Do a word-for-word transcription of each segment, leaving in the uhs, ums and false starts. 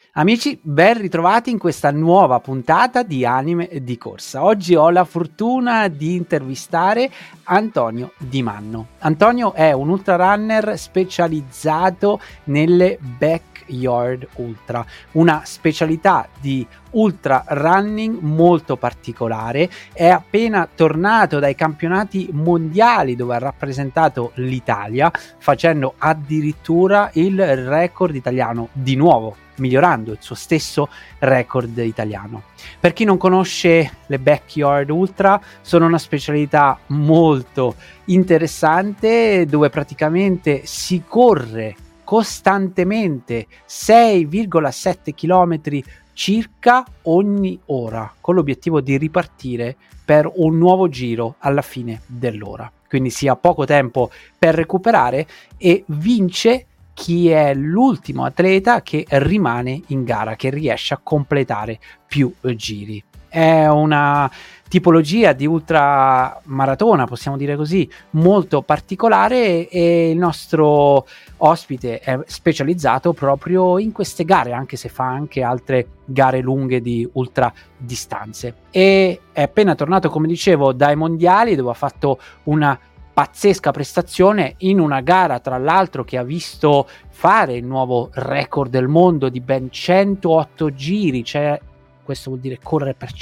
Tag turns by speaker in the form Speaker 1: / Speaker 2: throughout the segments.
Speaker 1: Amici, ben ritrovati in questa nuova puntata di Anime di Corsa. Oggi ho la fortuna di intervistare Antonio Di Manno. Antonio è un ultrarunner specializzato nelle backyard ultra, una specialità di ultra running molto particolare. È appena tornato dai campionati mondiali dove ha rappresentato l'Italia, facendo addirittura il record italiano di nuovo, migliorando il suo stesso record italiano. Per chi non conosce le backyard ultra, sono una specialità molto interessante dove praticamente si corre costantemente sei virgola sette chilometri circa ogni ora, con l'obiettivo di ripartire per un nuovo giro alla fine dell'ora. Quindi si ha poco tempo per recuperare e vince chi è l'ultimo atleta che rimane in gara, che riesce a completare più giri. È una tipologia di ultramaratona, possiamo dire così, molto particolare, e il nostro ospite è specializzato proprio in queste gare, anche se fa anche altre gare lunghe di ultra distanze. E è appena tornato, come dicevo, dai mondiali, dove ha fatto una pazzesca prestazione in una gara, tra l'altro, che ha visto fare il nuovo record del mondo di ben centootto giri, cioè questo vuol dire correre per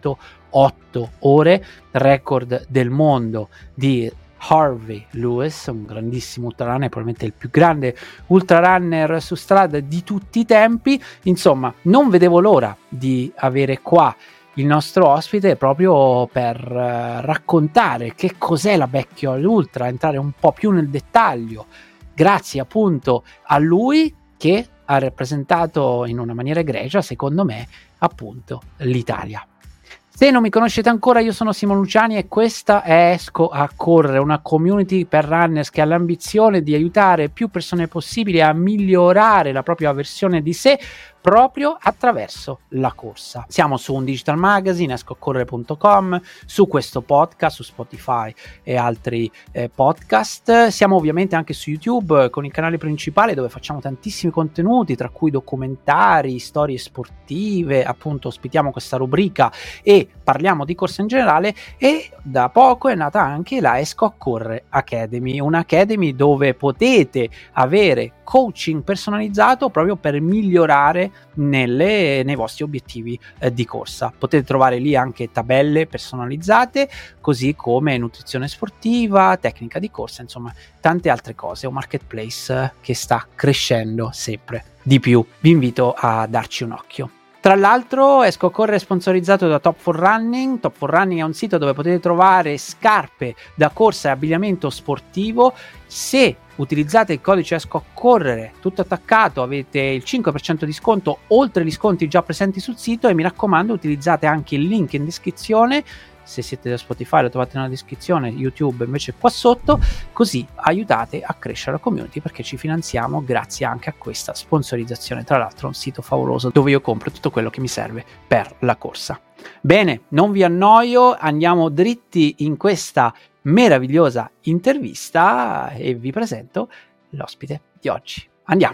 Speaker 1: centootto ore, record del mondo di Harvey Lewis, un grandissimo ultrarunner, probabilmente il più grande ultrarunner su strada di tutti i tempi. Insomma, non vedevo l'ora di avere qua il nostro ospite proprio per uh, raccontare che cos'è la backyard ultra, entrare un po' più nel dettaglio, grazie appunto a lui che ha rappresentato in una maniera egregia, secondo me, appunto l'Italia. Se non mi conoscete ancora, io sono Simon Luciani e questa è Esco a Correre, una community per runners che ha l'ambizione di aiutare più persone possibili a migliorare la propria versione di sé proprio attraverso la corsa. Siamo su un digital magazine, esco a correre punto com, su questo podcast, su Spotify e altri eh, podcast. Siamo ovviamente anche su YouTube con il canale principale, dove facciamo tantissimi contenuti, tra cui documentari, storie sportive, appunto ospitiamo questa rubrica e parliamo di corsa in generale. E da poco è nata anche la Esco a Correre Academy, un'academy dove potete avere coaching personalizzato proprio per migliorare nelle, nei vostri obiettivi eh, di corsa. Potete trovare lì anche tabelle personalizzate, così come nutrizione sportiva, tecnica di corsa, insomma tante altre cose. Un marketplace eh, che sta crescendo sempre di più. Vi invito a darci un occhio. Tra l'altro, Esco a Correre è sponsorizzato da Top for Running. Top for Running è un sito dove potete trovare scarpe da corsa e abbigliamento sportivo. Se utilizzate il codice Esco a Correre tutto attaccato, avete il cinque per cento di sconto oltre gli sconti già presenti sul sito, e mi raccomando utilizzate anche il link in descrizione. Se siete da Spotify lo trovate nella descrizione, YouTube invece qua sotto, così aiutate a crescere la community, perché ci finanziamo grazie anche a questa sponsorizzazione. Tra l'altro è un sito favoloso dove io compro tutto quello che mi serve per la corsa. Bene, non vi annoio, andiamo dritti in questa meravigliosa intervista e vi presento l'ospite di oggi. Andiamo!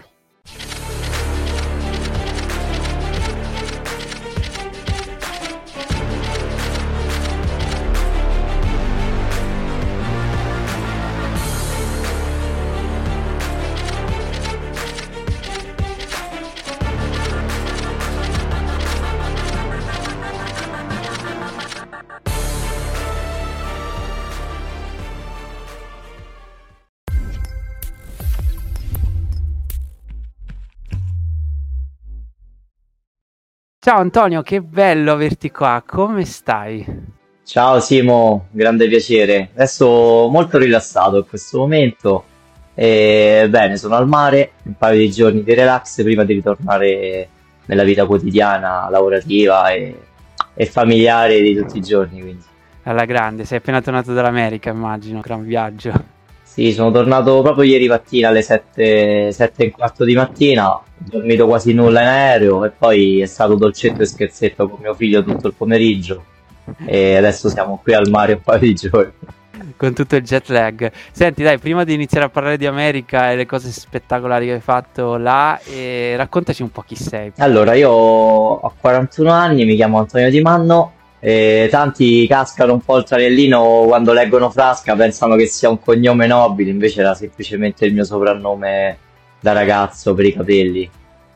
Speaker 1: Ciao Antonio, che bello averti qua, come stai?
Speaker 2: Ciao Simo, grande piacere. Adesso molto rilassato in questo momento. E, bene, sono al mare, un paio di giorni di relax prima di ritornare nella vita quotidiana, lavorativa e, e familiare di tutti i giorni. Quindi.
Speaker 1: Alla grande, sei appena tornato dall'America, immagino, gran viaggio.
Speaker 2: Sì, sono tornato proprio ieri mattina alle sette, sette e un quarto di mattina, ho dormito quasi nulla in aereo e poi è stato dolcetto e scherzetto con mio figlio tutto il pomeriggio e adesso siamo qui al mare un paio di giorni.
Speaker 1: con tutto il jet lag. Senti, dai, prima di iniziare a parlare di America e le cose spettacolari che hai fatto là, eh, raccontaci un po' chi sei.
Speaker 2: Allora, io ho quarantuno anni, mi chiamo Antonio Di Manno, e tanti cascano un po' il tranellino quando leggono Frasca, pensano che sia un cognome nobile, invece era semplicemente il mio soprannome da ragazzo per i capelli.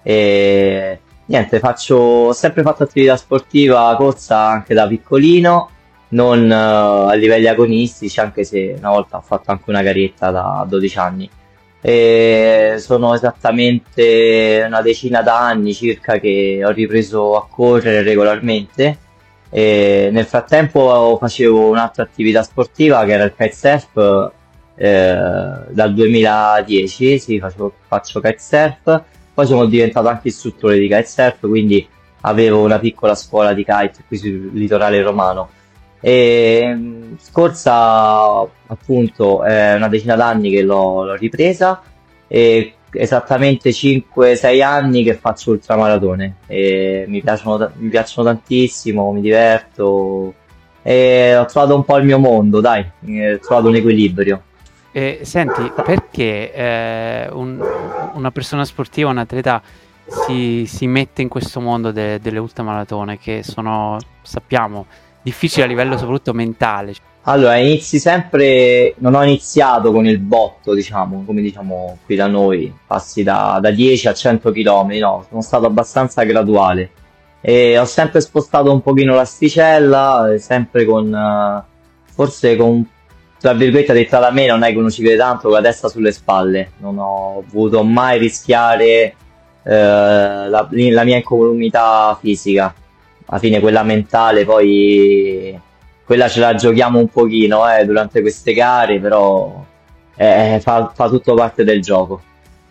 Speaker 2: E niente, faccio, ho sempre fatto attività sportiva, corsa anche da piccolino, non eh, a livelli agonistici, anche se una volta ho fatto anche una garetta da dodici anni. E sono esattamente una decina d'anni circa che ho ripreso a correre regolarmente. E nel frattempo facevo un'altra attività sportiva che era il kitesurf, eh, dal duemiladieci, sì, facevo- faccio kitesurf. Poi sono diventato anche istruttore di kitesurf, quindi avevo una piccola scuola di kite qui sul litorale romano. E mh, scorsa appunto è una decina d'anni che l'ho l'ho ripresa e esattamente cinque sei anni che faccio ultramaratone e mi piacciono, ta- mi piacciono tantissimo, mi diverto e ho trovato un po' il mio mondo, dai, eh, ho trovato un equilibrio.
Speaker 1: E senti, perché eh, un- una persona sportiva, un atleta si, si mette in questo mondo de- delle ultramaratone che sono, sappiamo, difficili a livello soprattutto mentale?
Speaker 2: Allora, inizi sempre, non ho iniziato con il botto, diciamo, come diciamo qui da noi, passi da, da dieci a cento chilometri, no, sono stato abbastanza graduale e ho sempre spostato un pochino l'asticella, eh, sempre con, eh, forse con, tra virgolette, detta da me, non è che uno ci crede tanto, con la testa sulle spalle, non ho voluto mai rischiare eh, la, la mia incolumità fisica, alla fine quella mentale poi quella ce la giochiamo un pochino eh, durante queste gare, però eh, fa, fa tutto parte del gioco.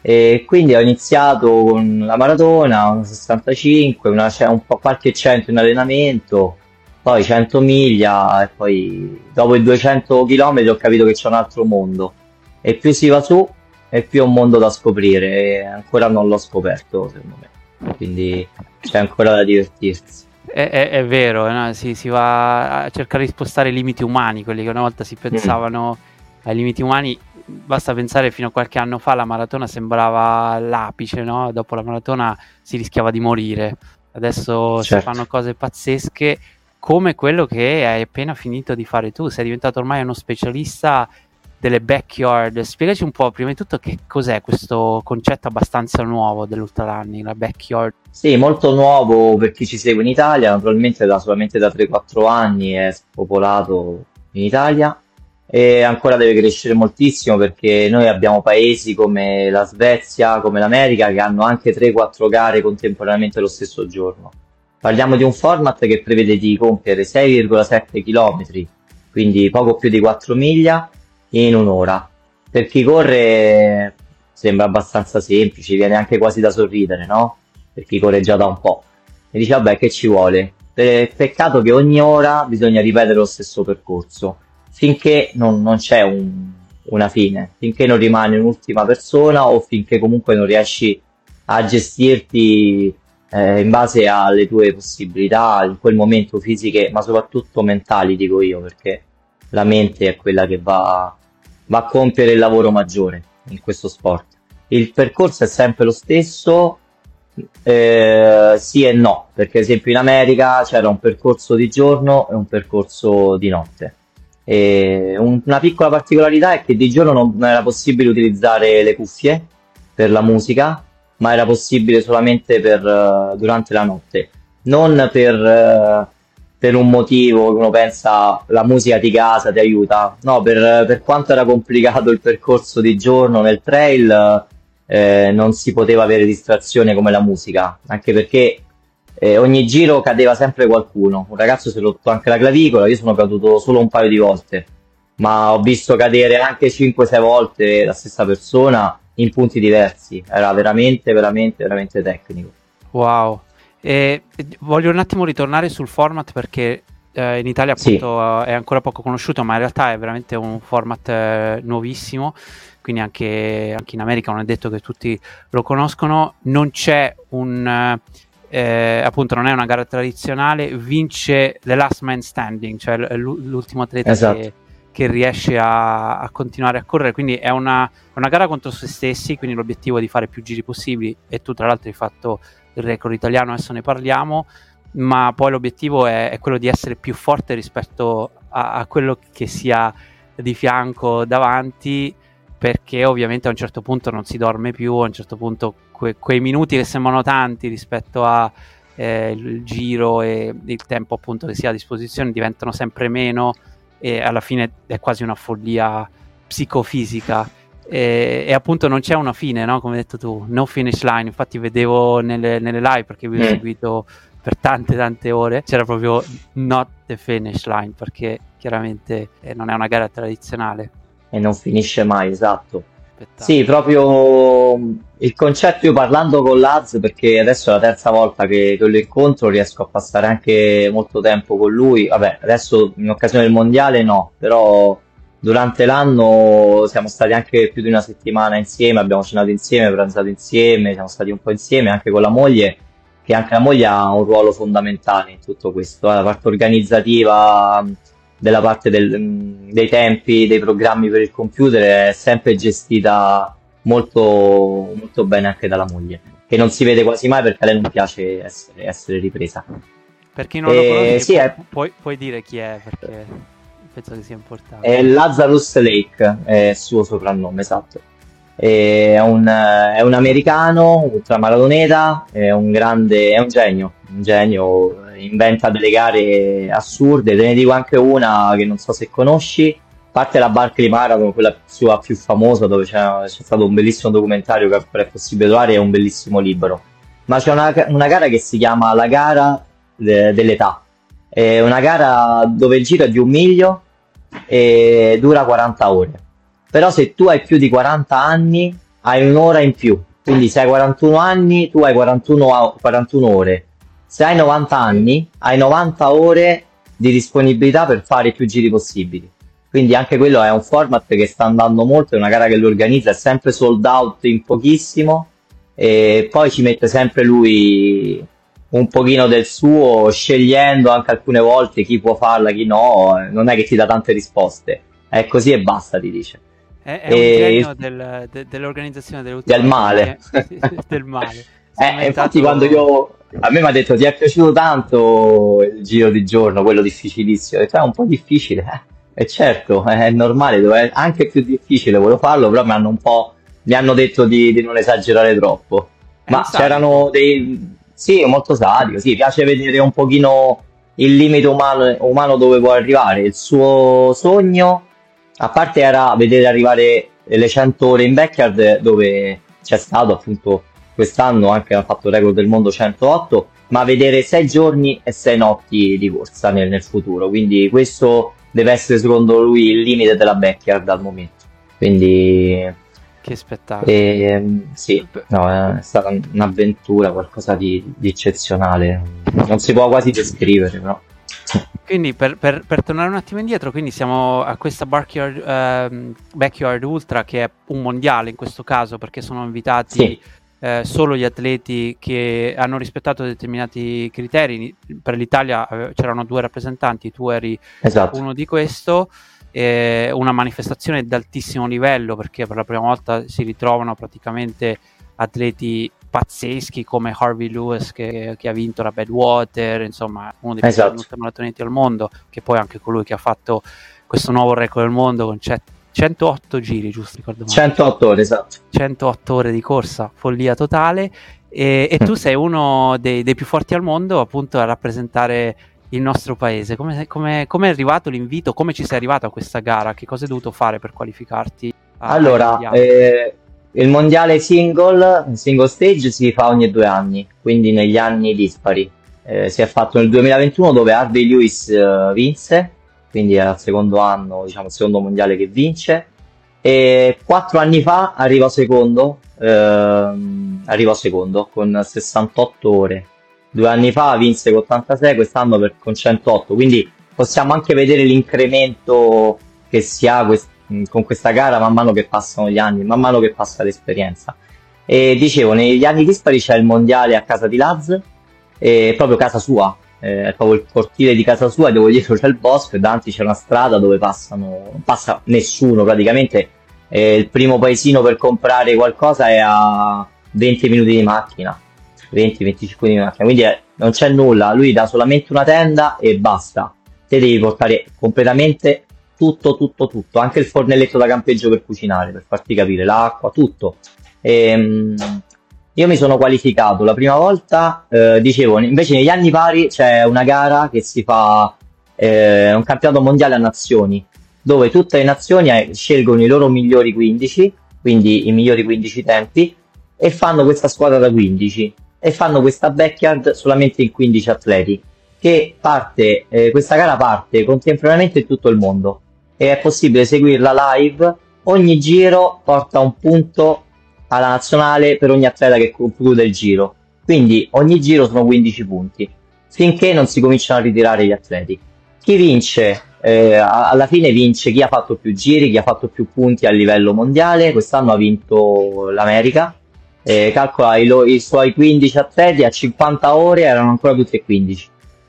Speaker 2: E quindi ho iniziato con la maratona, una sessantacinque, una, c'è un po' qualche cento in allenamento, poi cento miglia e poi dopo i duecento chilometri ho capito che c'è un altro mondo. E più si va su e più è un mondo da scoprire e ancora non l'ho scoperto secondo me. Quindi c'è ancora da divertirsi.
Speaker 1: È, è- è vero, eh, no? Si, si va a cercare di spostare i limiti umani, quelli che una volta si
Speaker 2: Mm,
Speaker 1: pensavano ai limiti umani. Basta pensare fino a qualche anno fa la maratona sembrava l'apice, no? Dopo la maratona si rischiava di morire. Adesso si
Speaker 2: certo.
Speaker 1: fanno cose pazzesche come quello che hai appena finito di fare tu. Sei diventato ormai uno specialista delle backyard. Spiegaci un po', prima di tutto, che cos'è questo concetto abbastanza nuovo dell'ultrarunning, la backyard.
Speaker 2: Sì, molto nuovo per chi ci segue in Italia, naturalmente da solamente da tre quattro anni è spopolato in Italia e ancora deve crescere moltissimo perché noi abbiamo paesi come la Svezia, come l'America che hanno anche tre quattro gare contemporaneamente lo stesso giorno. Parliamo di un format che prevede di compiere sei virgola sette chilometri, quindi poco più di quattro miglia in un'ora. Per chi corre sembra abbastanza semplice, viene anche quasi da sorridere, no? Per chi corre già da un po'. E dice, vabbè, che ci vuole? Pe- peccato che ogni ora bisogna ripetere lo stesso percorso, finché non, non c'è un- una fine, finché non rimani un'ultima persona o finché comunque non riesci a gestirti eh, in base alle tue possibilità, in quel momento fisiche, ma soprattutto mentali, dico io, perché la mente è quella che va, va a compiere il lavoro maggiore in questo sport. Il percorso è sempre lo stesso, eh, sì e no, perché ad esempio in America c'era un percorso di giorno e un percorso di notte. E un- una piccola particolarità è che di giorno non, non era possibile utilizzare le cuffie per la musica, ma era possibile solamente per, eh, durante la notte. Non per, eh, per un motivo che uno pensa la musica ti casa, ti aiuta. No, per, per quanto era complicato il percorso di giorno nel trail, eh, non si poteva avere distrazione come la musica, anche perché eh, ogni giro cadeva sempre qualcuno. Un ragazzo si è rotto anche la clavicola, io sono caduto solo un paio di volte, ma ho visto cadere anche cinque sei volte la stessa persona in punti diversi. Era veramente, veramente, veramente tecnico.
Speaker 1: Wow. E, e voglio un attimo ritornare sul format perché eh, in Italia
Speaker 2: Sì,
Speaker 1: appunto eh, è ancora poco conosciuto, ma in realtà è veramente un format eh, nuovissimo, quindi anche, anche in America non è detto che tutti lo conoscono. Non c'è un eh, eh, appunto non è una gara tradizionale, vince the last man standing, cioè l- l'ultimo atleta
Speaker 2: esatto.
Speaker 1: che, che riesce a, a continuare a correre, quindi è una, una gara contro se stessi, quindi l'obiettivo è di fare più giri possibili, e tu tra l'altro hai fatto il record italiano, adesso ne parliamo, ma poi l'obiettivo è, è quello di essere più forte rispetto a, a quello che sia di fianco davanti, perché ovviamente a un certo punto non si dorme più, a un certo punto que- quei minuti che sembrano tanti rispetto a eh, il giro e il tempo appunto che si ha a disposizione diventano sempre meno, e alla fine è quasi una follia psicofisica, e, e appunto non c'è una fine, no? Come hai detto tu, no finish line. Infatti vedevo nelle, nelle live, perché vi ho
Speaker 2: Mm.
Speaker 1: seguito per tante tante ore, c'era proprio not the finish line, perché chiaramente eh, non è una gara tradizionale.
Speaker 2: E non finisce mai, esatto.
Speaker 1: Spettacolo.
Speaker 2: Sì, proprio il concetto, io parlando con Laz, perché adesso è la terza volta che, che lo incontro, riesco a passare anche molto tempo con lui. Vabbè, adesso in occasione del mondiale no, però durante l'anno siamo stati anche più di una settimana insieme, abbiamo cenato insieme, pranzato insieme, siamo stati un po' insieme anche con la moglie, che anche la moglie ha un ruolo fondamentale in tutto questo, eh, la parte organizzativa, della parte del- dei tempi, dei programmi per il computer è sempre gestita molto, molto bene anche dalla moglie, che non si vede quasi mai perché a lei non piace essere, essere ripresa.
Speaker 1: Per chi non lo
Speaker 2: Eh,
Speaker 1: conosce,
Speaker 2: sì,
Speaker 1: pu-
Speaker 2: è-
Speaker 1: puoi, puoi dire chi è, perché penso che sia importante.
Speaker 2: È Lazarus Lake, è il suo soprannome, esatto. È un, è un americano, ultramaratoneta, è un grande, è un genio, un genio, inventa delle gare assurde, te ne dico anche una che non so se conosci, a parte la Barclay Marathon, quella sua più famosa, dove c'è, c'è stato un bellissimo documentario che ancora è possibile trovare, e un bellissimo libro. Ma c'è una, una gara che si chiama la gara de- dell'età, è una gara dove il giro è di un miglio e dura quaranta ore. Però se tu hai più di quaranta anni hai un'ora in più, quindi se hai quarantuno anni tu hai quarantuno, a- quarantuno ore, se hai novanta anni hai novanta ore di disponibilità per fare i più giri possibili. Quindi anche quello è un format che sta andando molto, è una gara che lo organizza, è sempre sold out in pochissimo, e poi ci mette sempre lui un pochino del suo, scegliendo anche alcune volte chi può farla, chi no, eh, non è che ti dà tante risposte, è così e basta, ti dice.
Speaker 1: È, è un
Speaker 2: E
Speaker 1: genio del- de- dell'organizzazione delle ultime
Speaker 2: del male.
Speaker 1: del male. Si è
Speaker 2: Eh, infatti
Speaker 1: inventato-
Speaker 2: quando io, a me mi ha detto ti è piaciuto tanto il giro di giorno, quello difficilissimo, ho detto, è un po' difficile, eh. E certo, è normale, dov'è anche più difficile, volevo farlo, però mi hanno un po', mi hanno detto di, di non esagerare troppo.
Speaker 1: È
Speaker 2: Ma
Speaker 1: un sadico.
Speaker 2: c'erano dei, sì, molto sadico, sì, piace vedere un pochino il limite umano, umano dove può arrivare. Il suo sogno, a parte era vedere arrivare le cento ore in backyard, dove c'è stato appunto quest'anno anche, ha fatto il record del mondo centootto, ma vedere sei giorni e sei notti di corsa nel, nel futuro, quindi questo deve essere secondo lui il limite della backyard al momento. Quindi
Speaker 1: Che spettacolo.
Speaker 2: ehm, sì, no, è stata un'avventura, qualcosa di, di eccezionale, non si può quasi descrivere, però.
Speaker 1: Quindi per, per- per tornare un attimo indietro, quindi siamo a questa Backyard, ehm, Backyard Ultra, che è un mondiale in questo caso, perché sono invitati
Speaker 2: Sì.
Speaker 1: eh, solo gli atleti che hanno rispettato determinati criteri. Per l'Italia eh, c'erano due rappresentanti, tu eri
Speaker 2: Esatto.
Speaker 1: uno di questo. eh, una manifestazione d'altissimo livello, perché per la prima volta si ritrovano praticamente atleti pazzeschi come Harvey Lewis, che, che ha vinto la Badwater, insomma uno dei più
Speaker 2: Esatto.
Speaker 1: grandi ultramaratoneti al mondo, che poi è anche colui che ha fatto questo nuovo record del mondo con ce- centootto giri, giusto? Ricordo male.
Speaker 2: centootto ore, esatto.
Speaker 1: centootto ore di corsa, follia totale, e, e tu
Speaker 2: Mm.
Speaker 1: sei uno dei, dei più forti al mondo, appunto, a rappresentare il nostro paese. Come, come, come è arrivato l'invito? Come ci sei arrivato a questa gara? Che cosa hai dovuto fare per qualificarti? a- ai
Speaker 2: Allora,
Speaker 1: mondiali?
Speaker 2: eh, il mondiale single, single stage si fa ogni due anni, quindi negli anni dispari. Eh, si è fatto nel duemilaventuno, dove Harvey Lewis eh, vinse, quindi è il secondo anno, diciamo il secondo mondiale che vince, e quattro anni fa arrivò secondo, ehm, arrivò secondo con sessantotto ore. Due anni fa vinse con ottantasei, quest'anno per- con centootto, quindi possiamo anche vedere l'incremento che si ha quest- mh, con questa gara man mano che passano gli anni, man mano che passa l'esperienza. E dicevo, negli anni dispari c'è il mondiale a casa di Laz, e proprio casa sua, eh, è proprio il cortile di casa sua, dove dietro c'è il bosco e davanti c'è una strada dove passano, non passa nessuno praticamente. Eh, il primo paesino per comprare qualcosa è a venti minuti di macchina, venti venticinque minuti di macchina, quindi è- non c'è nulla, lui dà solamente una tenda e basta. Te devi portare completamente tutto, tutto, tutto, anche il fornelletto da campeggio per cucinare, per farti capire, l'acqua, tutto. Ehm, io mi sono qualificato la prima volta, eh, dicevo, invece negli anni pari c'è una gara che si fa, eh, un campionato mondiale a nazioni, dove tutte le nazioni eh, scelgono i loro migliori quindici, quindi i migliori quindici tempi, e fanno questa squadra da quindici, e fanno questa backyard solamente in quindici atleti, che parte, eh, questa gara parte contemporaneamente in tutto il mondo, e è possibile seguirla live, ogni giro porta un punto alla nazionale per ogni atleta che conclude il giro. Quindi ogni giro sono quindici punti, finché non si cominciano a ritirare gli atleti. Chi vince, eh, a- alla fine vince chi ha fatto più giri, chi ha fatto più punti a livello mondiale. Quest'anno ha vinto l'America. Eh, calcola i, lo- i suoi quindici atleti a cinquanta ore erano ancora tutti e quindici.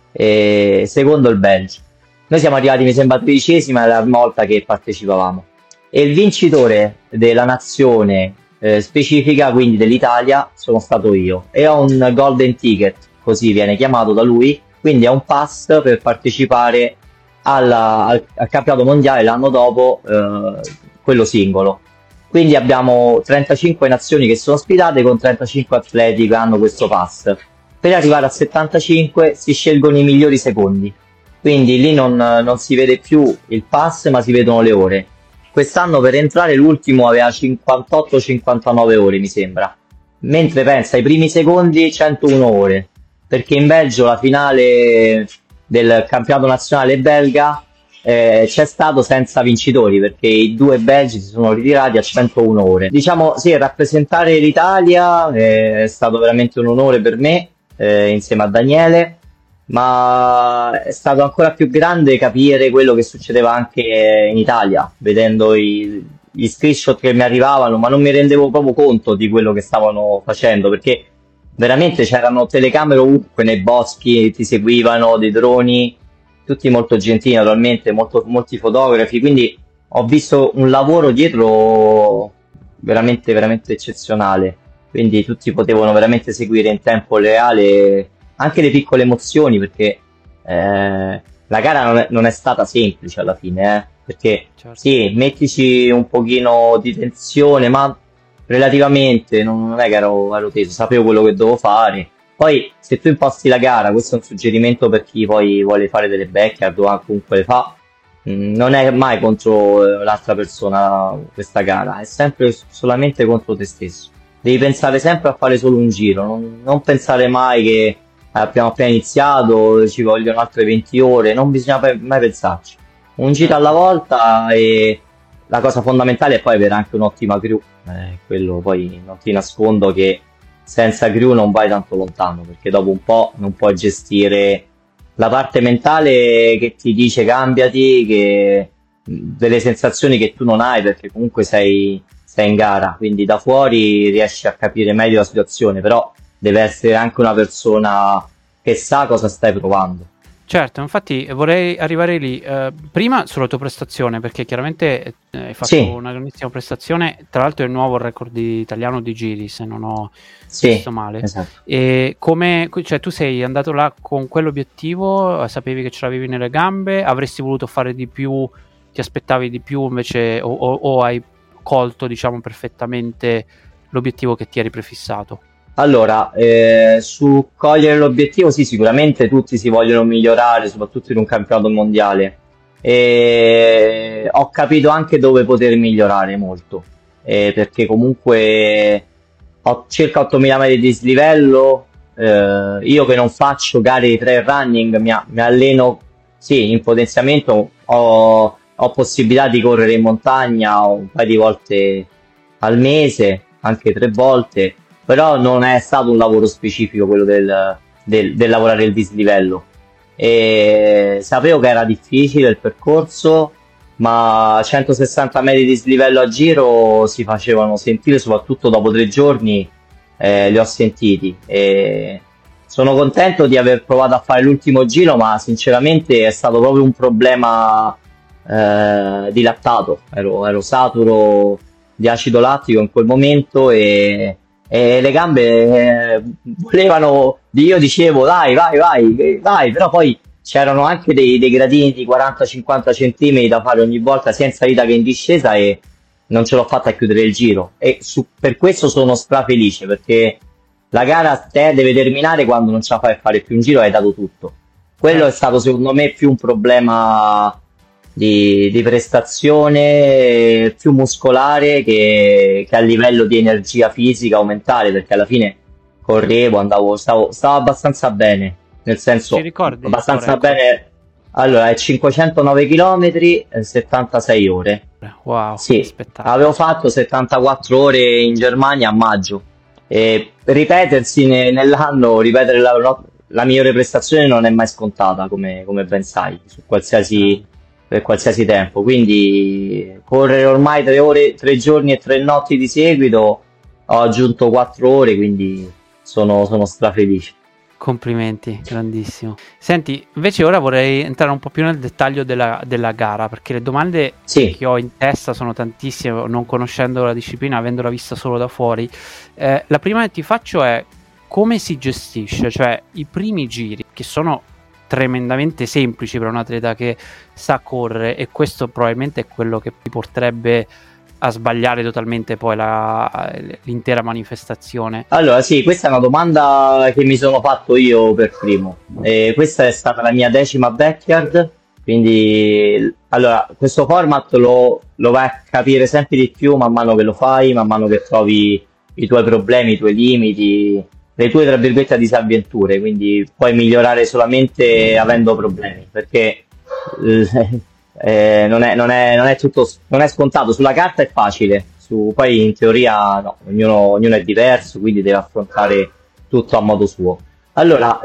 Speaker 2: Eh, secondo il Belgio. Noi siamo arrivati, mi sembra, tredicesima, è la prima volta che partecipavamo. E il vincitore della nazione eh, specifica, quindi dell'Italia, sono stato io. E ho un golden ticket, così viene chiamato da lui, quindi è un pass per partecipare alla- al, al campionato mondiale l'anno dopo, eh, quello singolo. Quindi abbiamo trentacinque nazioni che sono ospitate con trentacinque atleti che hanno questo pass. Per arrivare a settantacinque si scelgono i migliori secondi. Quindi lì non, non si vede più il pass, ma si vedono le ore. Quest'anno per entrare l'ultimo aveva cinquantotto cinquantanove ore, mi sembra. Mentre pensa ai primi secondi centouno ore. Perché in Belgio la finale del campionato nazionale belga eh, c'è stato senza vincitori, perché i due belgi si sono ritirati a centouno ore. Diciamo, sì, rappresentare l'Italia eh, è stato veramente un onore per me, eh, insieme a Daniele, ma è stato ancora più grande capire quello che succedeva anche in Italia, vedendo i- gli screenshot che mi arrivavano, ma non mi rendevo proprio conto di quello che stavano facendo, perché veramente c'erano telecamere ovunque nei boschi, ti seguivano dei droni, tutti molto gentili naturalmente, molto- molti fotografi, quindi ho visto un lavoro dietro veramente, veramente eccezionale. Quindi tutti potevano veramente seguire in tempo reale anche le piccole emozioni, perché eh, la gara non è, non è stata semplice alla fine, eh, perché
Speaker 1: Certo.
Speaker 2: sì, mettici un pochino di tensione, ma relativamente non, non è che ero, ero teso, sapevo quello che dovevo fare. Poi se tu imposti la gara, questo è un suggerimento per chi poi vuole fare delle backyard o anche comunque le fa, mh, non è mai contro eh, l'altra persona questa gara, è sempre solamente contro te stesso. Devi pensare sempre a fare solo un giro, non, non pensare mai che abbiamo appena iniziato, ci vogliono altre venti ore, non bisogna pe- mai pensarci. Un giro alla volta, e la cosa fondamentale è poi avere anche un'ottima crew. Eh, quello poi non ti nascondo che senza crew non vai tanto lontano, perché dopo un po' non puoi gestire la parte mentale che ti dice cambiati, che delle sensazioni che tu non hai, perché comunque sei, sei in gara, quindi da fuori riesci a capire meglio la situazione, però deve essere anche una persona che sa cosa stai provando.
Speaker 1: Certo, infatti vorrei arrivare lì. Eh, prima sulla tua prestazione, perché chiaramente eh, hai fatto
Speaker 2: Sì,
Speaker 1: una grandissima prestazione, tra l'altro è il nuovo record di- italiano di giri, se non ho
Speaker 2: sì,
Speaker 1: visto male.
Speaker 2: esatto.
Speaker 1: E come, cioè, tu sei andato là con quell'obiettivo, eh, sapevi che ce l'avevi nelle gambe, avresti voluto fare di più, ti aspettavi di più invece, o, o- o hai colto, diciamo, perfettamente l'obiettivo che ti eri prefissato?
Speaker 2: Allora, eh, su cogliere l'obiettivo, sì, sicuramente tutti si vogliono migliorare, soprattutto in un campionato mondiale. E ho capito anche dove poter migliorare molto, eh, perché comunque ho circa ottomila metri di dislivello. Eh, io che non faccio gare di trail running, mi, a- mi alleno, sì, in potenziamento, ho, ho possibilità di correre in montagna un paio di volte al mese, anche tre volte, però non è stato un lavoro specifico quello del, del- del lavorare il dislivello. E sapevo che era difficile il percorso, ma centosessanta metri di dislivello a giro si facevano sentire, soprattutto dopo tre giorni, eh, li ho sentiti. E sono contento di aver provato a fare l'ultimo giro, ma sinceramente è stato proprio un problema eh, di lattato. Ero, ero saturo di acido lattico in quel momento e, e le gambe eh, volevano, io dicevo dai, vai, vai, vai, però poi c'erano anche dei, dei gradini di quaranta cinquanta centimetri da fare ogni volta sia in salita che in discesa e non ce l'ho fatta a chiudere il giro e su, per questo sono strafelice, perché la gara te deve terminare quando non ce la fai a fare più un giro e hai dato tutto. Quello è stato secondo me più un problema di, di prestazione, più muscolare che, che a livello di energia fisica o mentale, perché alla fine correvo, andavo, stavo, stavo abbastanza bene, nel senso
Speaker 1: Ti ricordi
Speaker 2: abbastanza
Speaker 1: il tuo record?
Speaker 2: bene. Allora, è cinquecentonove chilometri, eh, settantasei ore.
Speaker 1: Wow, che
Speaker 2: Sì,
Speaker 1: spettacolo.
Speaker 2: avevo fatto settantaquattro ore in Germania a maggio. E ripetersi ne- nell'anno, ripetere la, no- la migliore prestazione non è mai scontata, come, come ben sai, su qualsiasi, per qualsiasi tempo. Quindi correre ormai tre ore, tre giorni e tre notti di seguito, ho aggiunto quattro ore, quindi sono, sono strafelice.
Speaker 1: Complimenti, grandissimo. Senti, invece ora vorrei entrare un po' più nel dettaglio della, della gara, perché le domande
Speaker 2: Sì.
Speaker 1: che ho in testa sono tantissime, non conoscendo la disciplina, avendola vista solo da fuori. Eh, la prima che ti faccio è come si gestisce, cioè i primi giri, che sono tremendamente semplici per un atleta che sa correre, e questo probabilmente è quello che ti porterebbe a sbagliare totalmente poi la, l'intera manifestazione.
Speaker 2: Allora, sì, questa è una domanda che mi sono fatto io per primo. E questa è stata la mia decima backyard, quindi allora, questo format lo, lo vai a capire sempre di più man mano che lo fai, man mano che trovi i tuoi problemi, i tuoi limiti, le tue, tra virgolette, disavventure, quindi puoi migliorare solamente avendo problemi, perché eh, non è, non è, non è tutto, non è scontato. Sulla carta è facile, su, poi in teoria no, ognuno, ognuno è diverso, quindi deve affrontare tutto a modo suo. Allora,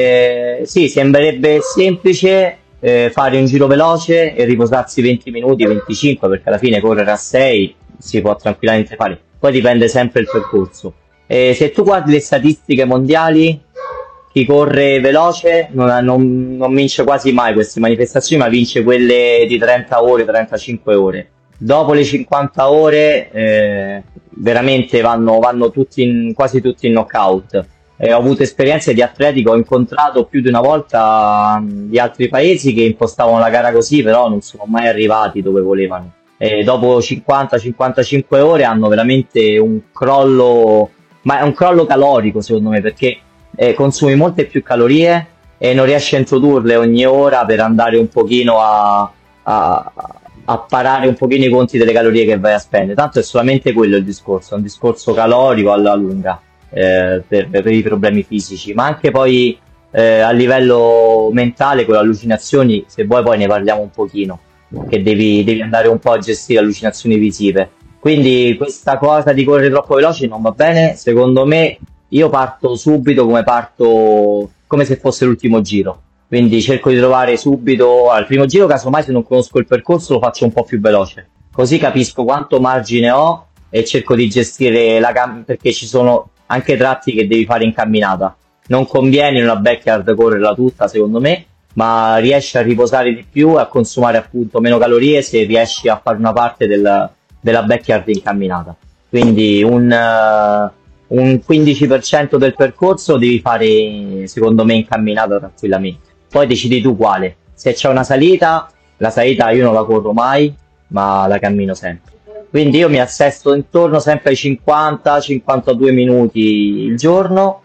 Speaker 2: eh, sì, sembrerebbe semplice eh, fare un giro veloce e riposarsi venti minuti, venticinque, perché alla fine correre a sei si può tranquillamente fare, poi dipende sempre il percorso. E se tu guardi le statistiche mondiali, chi corre veloce non, non- non vince quasi mai queste manifestazioni, ma vince quelle di trenta ore, trentacinque ore. Dopo le cinquanta ore, eh, veramente vanno, vanno tutti in, quasi tutti in knockout. E ho avuto esperienze di atleti che ho incontrato più di una volta mh, di altri paesi che impostavano la gara così, però non sono mai arrivati dove volevano. E dopo cinquanta cinquantacinque ore hanno veramente un crollo, ma è un crollo calorico secondo me, perché eh, consumi molte più calorie e non riesci a introdurle ogni ora per andare un pochino a, a, a parare un pochino i conti delle calorie che vai a spendere. Tanto è solamente quello il discorso, è un discorso calorico alla lunga, eh, per, per i problemi fisici, ma anche poi eh, a livello mentale con le allucinazioni, se vuoi poi ne parliamo un pochino, che devi, devi andare un po' a gestire allucinazioni visive. Quindi questa cosa di correre troppo veloce non va bene, secondo me. Io parto subito come parto, come se fosse l'ultimo giro, quindi cerco di trovare subito al primo giro, casomai se non conosco il percorso lo faccio un po' più veloce, così capisco quanto margine ho e cerco di gestire la cam- perché ci sono anche tratti che devi fare in camminata. Non conviene in una backyard correrla tutta secondo me, ma riesci a riposare di più e a consumare appunto meno calorie se riesci a fare una parte del- della backyard in camminata. Quindi un, eh, un quindici per cento del percorso devi fare secondo me in camminata tranquillamente. Poi decidi tu quale. Se c'è una salita, la salita io non la corro mai, ma la cammino sempre. Quindi io mi assesto intorno sempre ai cinquanta cinquantadue minuti il giorno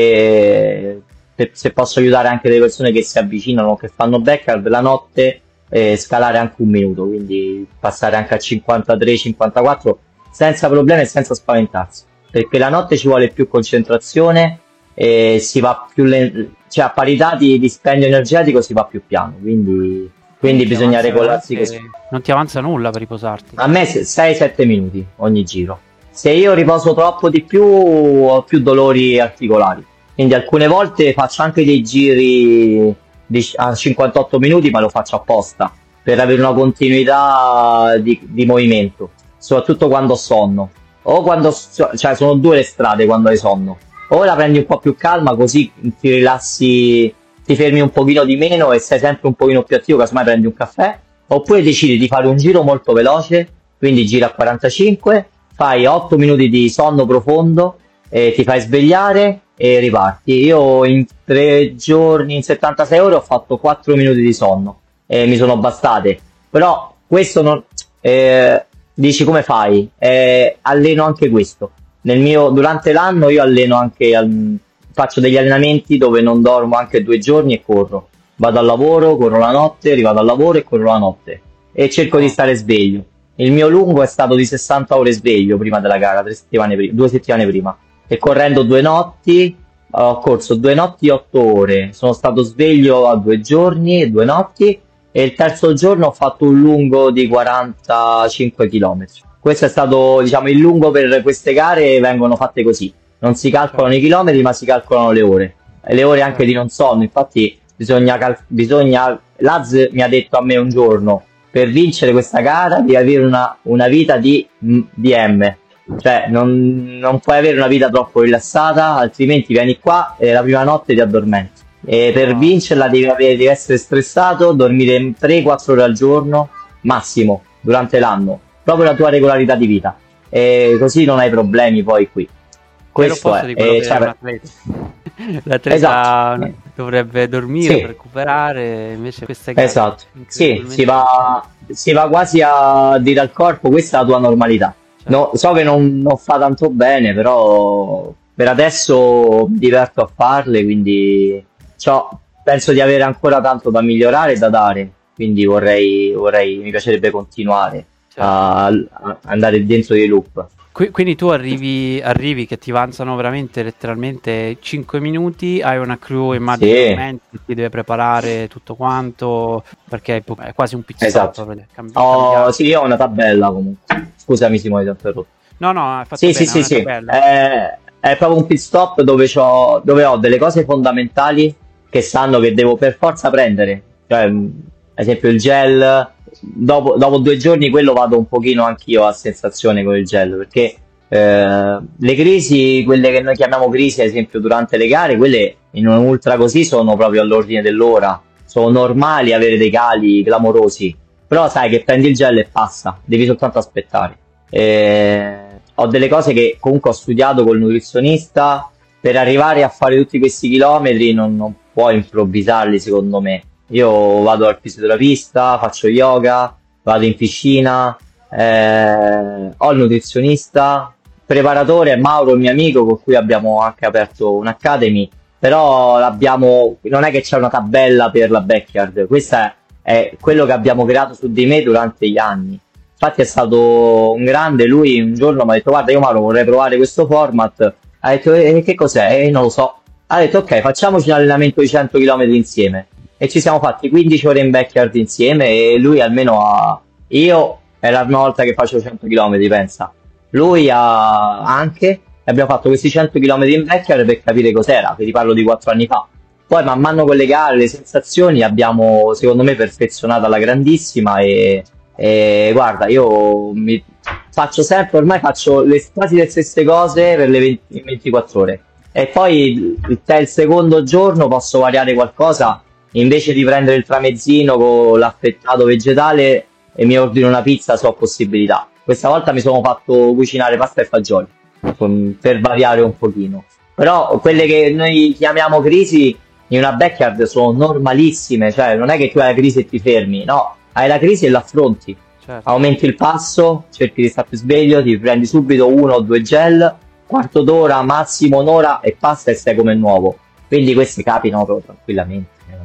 Speaker 2: e se, se posso aiutare anche delle persone che si avvicinano, che fanno backyard la notte, eh, scalare anche un minuto, quindi passare anche a cinquantatré cinquantaquattro senza problemi e senza spaventarsi, perché la notte ci vuole più concentrazione e si va più len- cioè a parità di dispendio energetico si va più piano, quindi, quindi
Speaker 1: Ti
Speaker 2: bisogna
Speaker 1: avanza
Speaker 2: regolarsi
Speaker 1: veramente-
Speaker 2: così.
Speaker 1: Non ti avanza nulla per riposarti.
Speaker 2: A me sei sette minuti ogni giro. Se io riposo troppo di più ho più dolori articolari, quindi alcune volte faccio anche dei giri di- a cinquantotto minuti, ma lo faccio apposta per avere una continuità di, di movimento, soprattutto quando ho sonno o quando, cioè sono due le strade quando hai sonno, o la prendi un po' più calma, così ti rilassi, ti fermi un pochino di meno e sei sempre un pochino più attivo, casomai prendi un caffè, oppure decidi di fare un giro molto veloce, quindi gira a quarantacinque, fai otto minuti di sonno profondo, e ti fai svegliare e riparti. Io in tre giorni, in settantasei ore, ho fatto quattro minuti di sonno e mi sono bastate. Però questo non... eh, dici come fai? Eh, alleno anche questo. Nel mio, durante l'anno io alleno anche, al- faccio degli allenamenti dove non dormo anche due giorni e corro. Vado al lavoro, corro la notte, rivado al lavoro e corro la notte. E cerco di stare sveglio. Il mio lungo è stato di sessanta ore sveglio prima della gara, tre settimane pri- due settimane prima. E correndo due notti, ho corso due notti e otto ore. Sono stato sveglio a due giorni e due notti. E il terzo giorno ho fatto un lungo di quarantacinque chilometri. Questo è stato, diciamo, il lungo per queste gare vengono fatte così. Non si calcolano i chilometri, ma si calcolano le ore. E le ore anche di non sonno. Infatti, bisogna, cal- bisogna. Laz mi ha detto a me un giorno: per vincere questa gara devi avere una, una vita di D M. Cioè, non, non puoi avere una vita troppo rilassata, altrimenti vieni qua e la prima notte ti addormenti. E per vincerla devi, avere, devi essere stressato, dormire tre quattro ore al giorno, massimo, durante l'anno. Proprio la tua regolarità di vita. E così non hai problemi poi qui. Questo è.
Speaker 1: Di quello
Speaker 2: E
Speaker 1: che
Speaker 2: cioè,
Speaker 1: è un atleta. L'atleta
Speaker 2: esatto.
Speaker 1: dovrebbe dormire
Speaker 2: Sì.
Speaker 1: per recuperare, invece queste gare
Speaker 2: Esatto. Sì,
Speaker 1: incredibilmente-
Speaker 2: si va, si va quasi a dire al corpo: questa è la tua normalità. No, so che non, non fa tanto bene, però per adesso mi diverto a farle, quindi c'ho- penso di avere ancora tanto da migliorare e da dare, quindi vorrei, vorrei, mi piacerebbe continuare
Speaker 1: Certo.
Speaker 2: a, a andare dentro dei loop.
Speaker 1: Qui- Quindi tu arrivi, arrivi che ti avanzano veramente letteralmente cinque minuti, hai una crew, immagino,
Speaker 2: Sì.
Speaker 1: ovviamente, che ti deve preparare tutto quanto, perché è, è quasi un pit stop.
Speaker 2: Esatto.
Speaker 1: per cambi-
Speaker 2: Oh,
Speaker 1: cambiare.
Speaker 2: sì, io ho una tabella comunque. Scusami Simone, ti ho interrotto.
Speaker 1: No, no, hai fatto
Speaker 2: Sì,
Speaker 1: bene,
Speaker 2: sì,
Speaker 1: è
Speaker 2: sì,
Speaker 1: una
Speaker 2: sì.
Speaker 1: tabella.
Speaker 2: È, è proprio un pit stop dove, c'ho, dove ho delle cose fondamentali che sanno che devo per forza prendere. Cioè, mh, ad esempio il gel, dopo, dopo due giorni quello vado un pochino anch'io a sensazione con il gel, perché eh, le crisi, quelle che noi chiamiamo crisi, ad esempio durante le gare, quelle in un ultra così sono proprio all'ordine dell'ora. Sono normali avere dei cali clamorosi, però sai che prendi il gel e passa, devi soltanto aspettare. Eh, ho delle cose che comunque ho studiato col nutrizionista. Per arrivare a fare tutti questi chilometri non, non puoi improvvisarli, secondo me. Io vado al fisioterapista, faccio yoga, vado in piscina, eh, ho il nutrizionista, preparatore è Mauro, il mio amico, con cui abbiamo anche aperto un'academy, però l'abbiamo, non è che c'è una tabella per la backyard, questa è, è quello che abbiamo creato su di me durante gli anni. Infatti è stato un grande, lui un giorno mi ha detto: guarda, io Mauro vorrei provare questo format. Ha detto: e che cos'è? E non lo so. Ha detto: ok, facciamoci un allenamento di cento chilometri insieme. E ci siamo fatti quindici ore in backyard insieme, e lui almeno ha... Io è la prima volta che faccio cento chilometri, pensa. Lui ha anche, e abbiamo fatto questi cento chilometri in backyard per capire cos'era, che ti parlo di quattro anni fa. Poi man mano con le gare, le sensazioni, abbiamo secondo me perfezionato alla grandissima, e, e guarda, io mi faccio sempre, ormai faccio le, quasi le stesse cose per le venti, ventiquattro ore. E poi il, il secondo giorno posso variare qualcosa, invece di prendere il tramezzino con l'affettato vegetale e mi ordino una pizza se ho possibilità. Questa volta mi sono fatto cucinare pasta e fagioli con- per variare un pochino. Però quelle che noi chiamiamo crisi in una backyard sono normalissime, cioè non è che tu hai la crisi e ti fermi, no, hai la crisi e l'affronti.
Speaker 1: Certo.
Speaker 2: Aumenti il passo, cerchi di stare più sveglio, ti prendi subito uno o due gel, quarto d'ora, massimo un'ora, e passa e stai come nuovo. Quindi questi capitano proprio tranquillamente.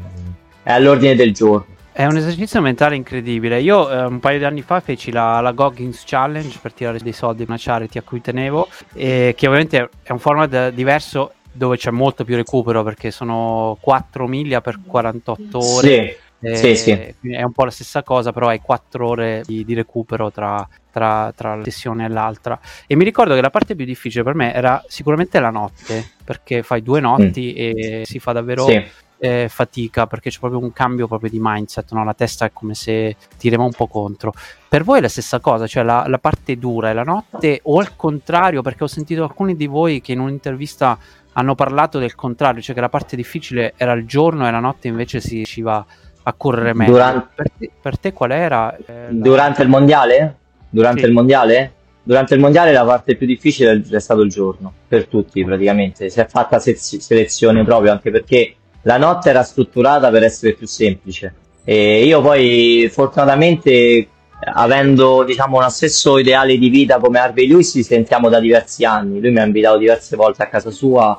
Speaker 2: È all'ordine del giorno.
Speaker 1: È un esercizio mentale incredibile. Io eh, un paio di anni fa feci la, la Goggins Challenge per tirare dei soldi a una charity a cui tenevo, e che ovviamente è un format diverso dove c'è molto più recupero, perché sono quattro miglia per quarantotto ore.
Speaker 2: Sì.
Speaker 1: Eh,
Speaker 2: Sì, sì.
Speaker 1: quindi è un po' la stessa cosa, però hai quattro ore di, di recupero tra, tra, tra la sessione e l'altra. E mi ricordo che la parte più difficile per me era sicuramente la notte, perché fai due notti mm. e si fa davvero
Speaker 2: Sì.
Speaker 1: eh, fatica, perché c'è proprio un cambio proprio di mindset, no? La testa è come se ti rema un po' contro. Per voi è la stessa cosa, cioè la, la parte dura è la notte, o al contrario? Perché ho sentito alcuni di voi che in un'intervista hanno parlato del contrario, cioè che la parte difficile era il giorno e la notte invece si riusciva a correre meglio.
Speaker 2: Durante,
Speaker 1: per, te, per te qual era? Eh,
Speaker 2: durante
Speaker 1: la...
Speaker 2: il mondiale? Durante
Speaker 1: sì.
Speaker 2: il mondiale? Durante il mondiale la parte più difficile è stato il giorno, per tutti praticamente. Si è fatta se- selezione proprio, anche perché la notte era strutturata per essere più semplice. E io poi, fortunatamente, avendo diciamo uno stesso ideale di vita come Harvey Lewis, ci sentiamo da diversi anni. Lui mi ha invitato diverse volte a casa sua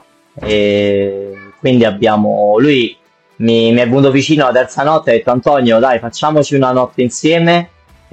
Speaker 2: e quindi abbiamo... Lui mi, mi è venuto vicino la terza notte e ha detto: Antonio, dai, facciamoci una notte insieme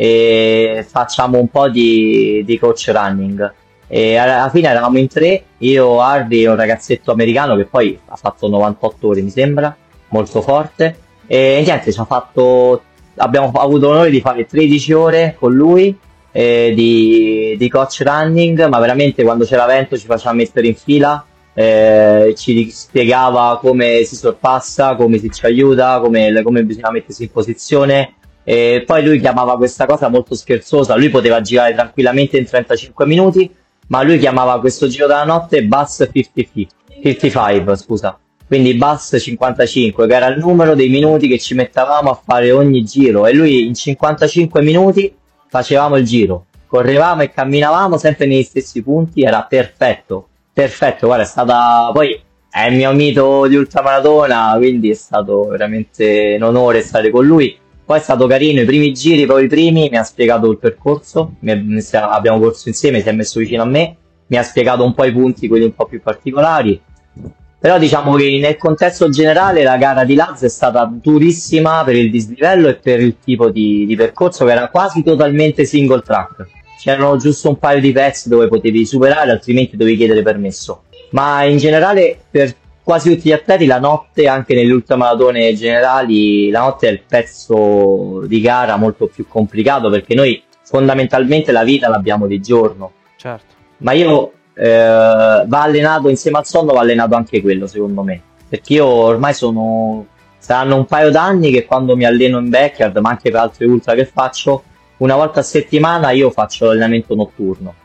Speaker 2: e facciamo un po' di, di coach running. E alla fine eravamo in tre, io, Harvey e un ragazzetto americano che poi ha fatto novantotto ore mi sembra, molto forte, e niente, ci ha fatto, abbiamo avuto l'onore di fare tredici ore con lui eh, di, di coach running, ma veramente quando c'era vento ci faceva mettere in fila, eh, ci spiegava come si sorpassa, come si ci aiuta, come, come bisogna mettersi in posizione. E poi lui chiamava questa cosa molto scherzosa, lui poteva girare tranquillamente in trentacinque minuti, ma lui chiamava questo giro della notte Bus cinquanta, cinquantacinque, scusa, quindi Bus cinquantacinque, che era il numero dei minuti che ci mettavamo a fare ogni giro, e lui in cinquantacinque minuti facevamo il giro, correvamo e camminavamo sempre negli stessi punti, era perfetto, perfetto, guarda, è stata, poi è il mio mito di ultramaratona, quindi è stato veramente un onore stare con lui. Poi è stato carino, i primi giri, poi i primi, mi ha spiegato il percorso, mi è- abbiamo corso insieme, si è messo vicino a me, mi ha spiegato un po' i punti, quelli un po' più particolari, però diciamo che nel contesto generale la gara di Laz è stata durissima per il dislivello e per il tipo di, di percorso che era quasi totalmente single track, c'erano giusto un paio di pezzi dove potevi superare, altrimenti dovevi chiedere permesso, ma in generale per quasi tutti gli atleti la notte, anche nelle ultramaratone generali, la notte è il pezzo di gara molto più complicato, perché noi fondamentalmente la vita l'abbiamo di giorno.
Speaker 1: Certo.
Speaker 2: Ma io eh, va allenato insieme al sonno, va allenato anche quello, secondo me. Perché io ormai sono... saranno un paio d'anni che quando mi alleno in backyard, ma anche per altri ultra che faccio, una volta a settimana io faccio l'allenamento notturno.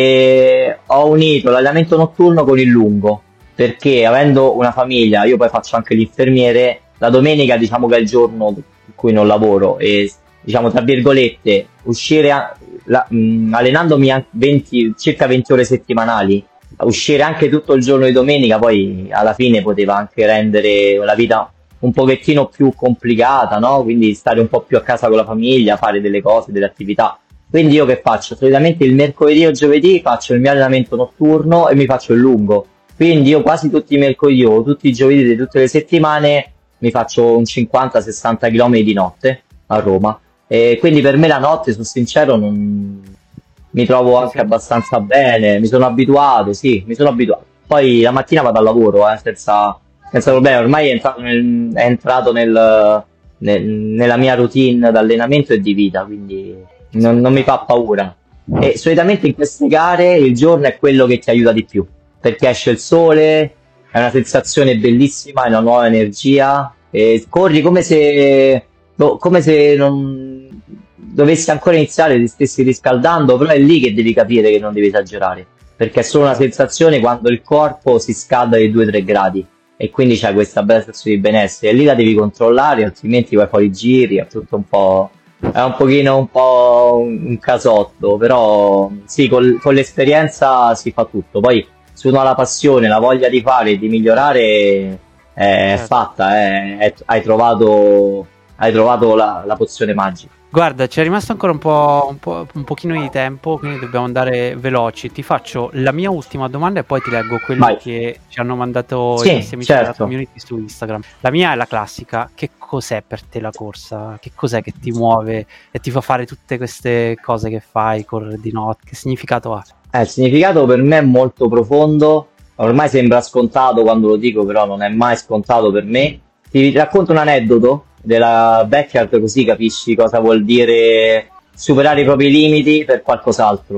Speaker 2: E ho unito l'allenamento notturno con il lungo, perché avendo una famiglia, io poi faccio anche l'infermiere, la domenica diciamo che è il giorno in cui non lavoro e diciamo tra virgolette uscire a- la- mh, allenandomi anche venti circa venti ore settimanali, uscire anche tutto il giorno di domenica poi alla fine poteva anche rendere la vita un pochettino più complicata, no? Quindi stare un po' più a casa con la famiglia, fare delle cose, delle attività. Quindi io che faccio? Solitamente il mercoledì o giovedì faccio il mio allenamento notturno e mi faccio il lungo. Quindi io quasi tutti i mercoledì o tutti i giovedì di tutte le settimane mi faccio un cinquanta sessanta km di notte a Roma. E quindi per me la notte, sono sincero, non... mi trovo
Speaker 1: Sì,
Speaker 2: anche
Speaker 1: sì.
Speaker 2: abbastanza bene, mi sono abituato, sì, mi sono abituato. Poi la mattina vado al lavoro, eh, senza, senza problemi, ormai è entrato, nel- è entrato nel- nel- nella mia routine d'allenamento e di vita, quindi non, non mi fa paura. E solitamente in queste gare il giorno è quello che ti aiuta di più, perché esce il sole, è una sensazione bellissima, è una nuova energia, e corri come se, boh, come se non dovessi ancora iniziare, ti stessi riscaldando, però è lì che devi capire che non devi esagerare, perché è solo una sensazione quando il corpo si scalda di due tre gradi e quindi c'è questa bella sensazione di benessere e lì la devi controllare, altrimenti vai fuori giri, è tutto un po'... È un pochino un po' un un casotto, però sì, col- con l'esperienza si fa tutto. Poi se uno ha la passione, la voglia di fare e di migliorare, è
Speaker 1: Certo.
Speaker 2: fatta, è- è- hai trovato, hai trovato la, la pozione magica.
Speaker 1: Guarda, c'è rimasto ancora un po', un po', un pochino di tempo, quindi dobbiamo andare veloci. Ti faccio la mia ultima domanda e poi ti leggo quelle
Speaker 2: Vai.
Speaker 1: che ci hanno mandato i
Speaker 2: Sì,
Speaker 1: nostri amici della
Speaker 2: certo.
Speaker 1: community su Instagram. La mia è la classica: che cos'è per te la corsa? Che cos'è che ti muove e ti fa fare tutte queste cose che fai, correre di notte? Che significato ha?
Speaker 2: Eh, il significato per me è molto profondo, ormai sembra scontato quando lo dico, però non è mai scontato per me. Ti racconto un aneddoto della backyard così capisci cosa vuol dire superare i propri limiti per qualcos'altro.